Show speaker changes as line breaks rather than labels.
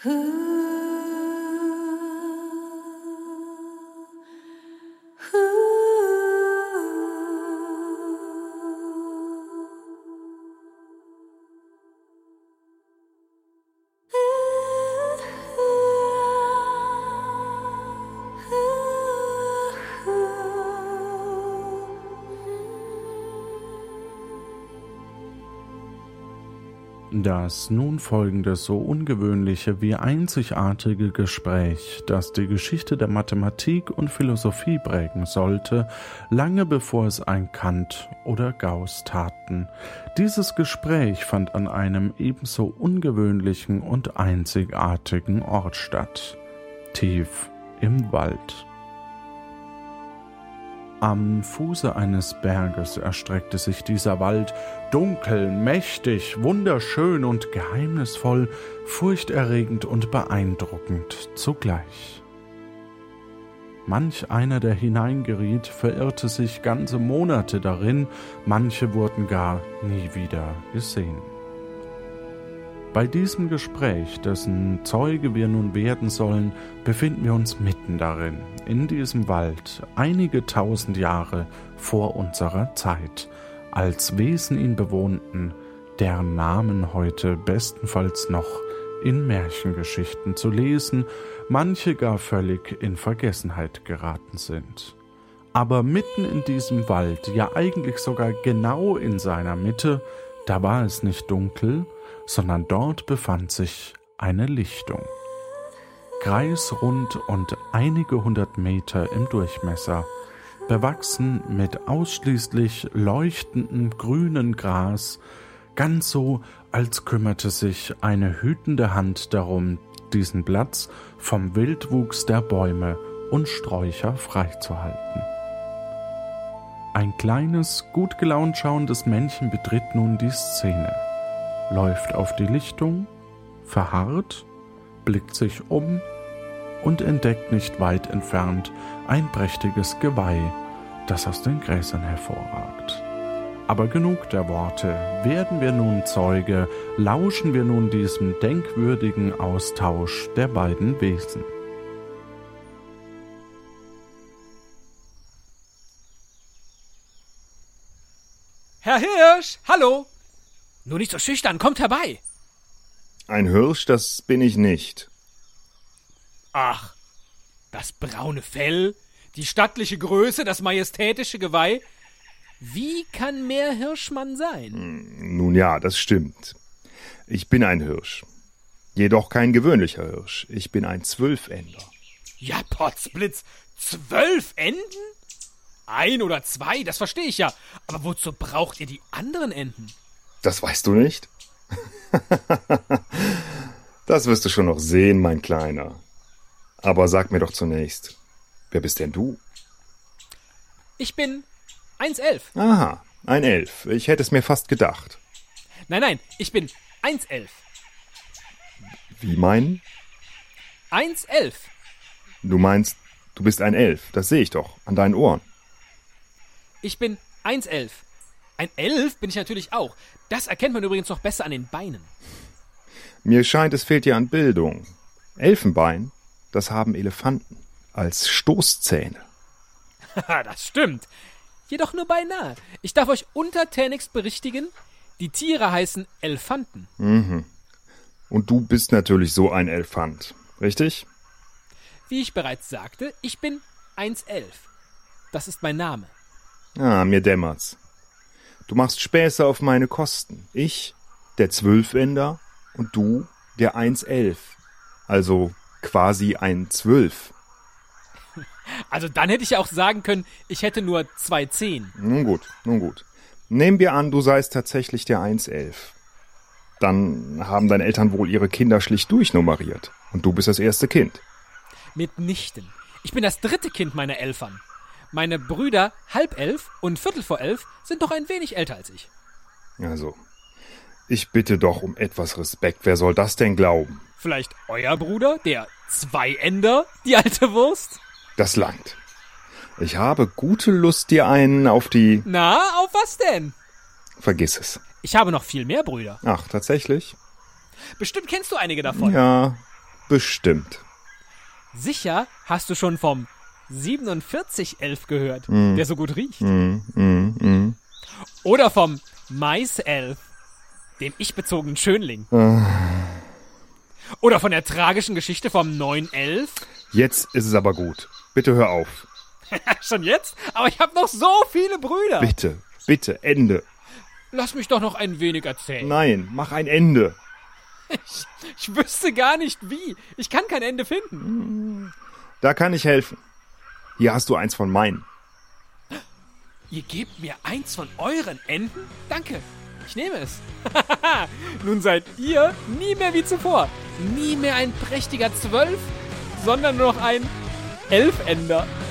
Das nun folgende so ungewöhnliche wie einzigartige Gespräch, das die Geschichte der Mathematik und Philosophie prägen sollte, lange bevor es ein Kant oder Gauss taten. Dieses Gespräch fand an einem ebenso ungewöhnlichen und einzigartigen Ort statt: tief im Wald. Am Fuße eines Berges erstreckte sich dieser Wald, dunkel, mächtig, wunderschön und geheimnisvoll, furchterregend und beeindruckend zugleich. Manch einer, der hineingeriet, verirrte sich ganze Monate darin, manche wurden gar nie wieder gesehen. Bei diesem Gespräch, dessen Zeuge wir nun werden sollen, befinden wir uns mitten darin, in diesem Wald, einige tausend Jahre vor unserer Zeit, als Wesen ihn bewohnten, deren Namen heute bestenfalls noch in Märchengeschichten zu lesen, manche gar völlig in Vergessenheit geraten sind. Aber mitten in diesem Wald, ja eigentlich sogar genau in seiner Mitte, da war es nicht dunkel, sondern dort befand sich eine Lichtung. Kreisrund und einige hundert Meter im Durchmesser, bewachsen mit ausschließlich leuchtendem grünen Gras, ganz so, als kümmerte sich eine hütende Hand darum, diesen Platz vom Wildwuchs der Bäume und Sträucher freizuhalten. Ein kleines, gut gelaunt schauendes Männchen betritt nun die Szene, läuft auf die Lichtung, verharrt, blickt sich um und entdeckt nicht weit entfernt ein prächtiges Geweih, das aus den Gräsern hervorragt. Aber genug der Worte, werden wir nun Zeuge, lauschen wir nun diesem denkwürdigen Austausch der beiden Wesen.
Herr Hirsch, hallo! Nur nicht so schüchtern, kommt herbei!
Ein Hirsch, das bin ich nicht.
Ach, das braune Fell, die stattliche Größe, das majestätische Geweih. Wie kann mehr Hirschmann sein?
Nun ja, das stimmt. Ich bin ein Hirsch. Jedoch kein gewöhnlicher Hirsch. Ich bin ein Zwölfender.
Ja, Potzblitz, 12 Enden? 1 oder 2, das verstehe ich ja. Aber wozu braucht ihr die anderen Enden?
Das weißt du nicht? Das wirst du schon noch sehen, mein Kleiner. Aber sag mir doch zunächst, wer bist denn du?
Ich bin 1,11.
Aha, ein Elf. Ich hätte es mir fast gedacht.
Nein, ich bin 1,11.
Wie meinen?
1,11.
Du meinst, du bist ein Elf. Das sehe ich doch, an deinen Ohren.
Ich bin 1,11. Ein Elf bin ich natürlich auch. Das erkennt man übrigens noch besser an den Beinen.
Mir scheint, es fehlt dir an Bildung. Elfenbein, das haben Elefanten als Stoßzähne.
Das stimmt. Jedoch nur beinahe. Ich darf euch untertänigst berichtigen, die Tiere heißen Elefanten.
Mhm. Und du bist natürlich so ein Elefant, richtig?
Wie ich bereits sagte, ich bin 1,11. Das ist mein Name.
Ah, mir dämmert's. Du machst Späße auf meine Kosten. Ich, der Zwölfender, und du, der 1,11. Also quasi ein 12.
Also dann hätte ich ja auch sagen können, ich hätte nur 2 Zehen.
Nun gut. Nehmen wir an, du seist tatsächlich der 1,11. Dann haben deine Eltern wohl ihre Kinder schlicht durchnummeriert. Und du bist das erste Kind.
Mitnichten. Ich bin das 3. Kind meiner Elfern. Meine Brüder 10:30 und 11:15 sind doch ein wenig älter als ich.
Also, ich bitte doch um etwas Respekt. Wer soll das denn glauben?
Vielleicht euer Bruder, der Zweiender, die alte Wurst?
Das langt. Ich habe gute Lust, dir einen auf die...
Na, auf was denn?
Vergiss es.
Ich habe noch viel mehr Brüder.
Ach, tatsächlich?
Bestimmt kennst du einige davon.
Ja, Bestimmt.
Sicher hast du schon vom 4711 gehört, der so gut riecht. Oder vom Maiself, dem ich-bezogenen Schönling. Oder von der tragischen Geschichte vom 911.
Jetzt ist es aber gut. Bitte hör auf.
Schon jetzt? Aber ich habe noch so viele Brüder.
Bitte, bitte, Ende.
Lass mich doch noch ein wenig erzählen.
Nein, mach ein Ende.
Ich wüsste gar nicht wie. Ich kann kein Ende finden.
Da kann ich helfen. Hier hast du eins von meinen.
Ihr gebt mir eins von euren Enden? Danke, ich nehme es. Nun seid ihr nie mehr wie zuvor. Nie mehr ein prächtiger 12, sondern nur noch ein 11-Ender.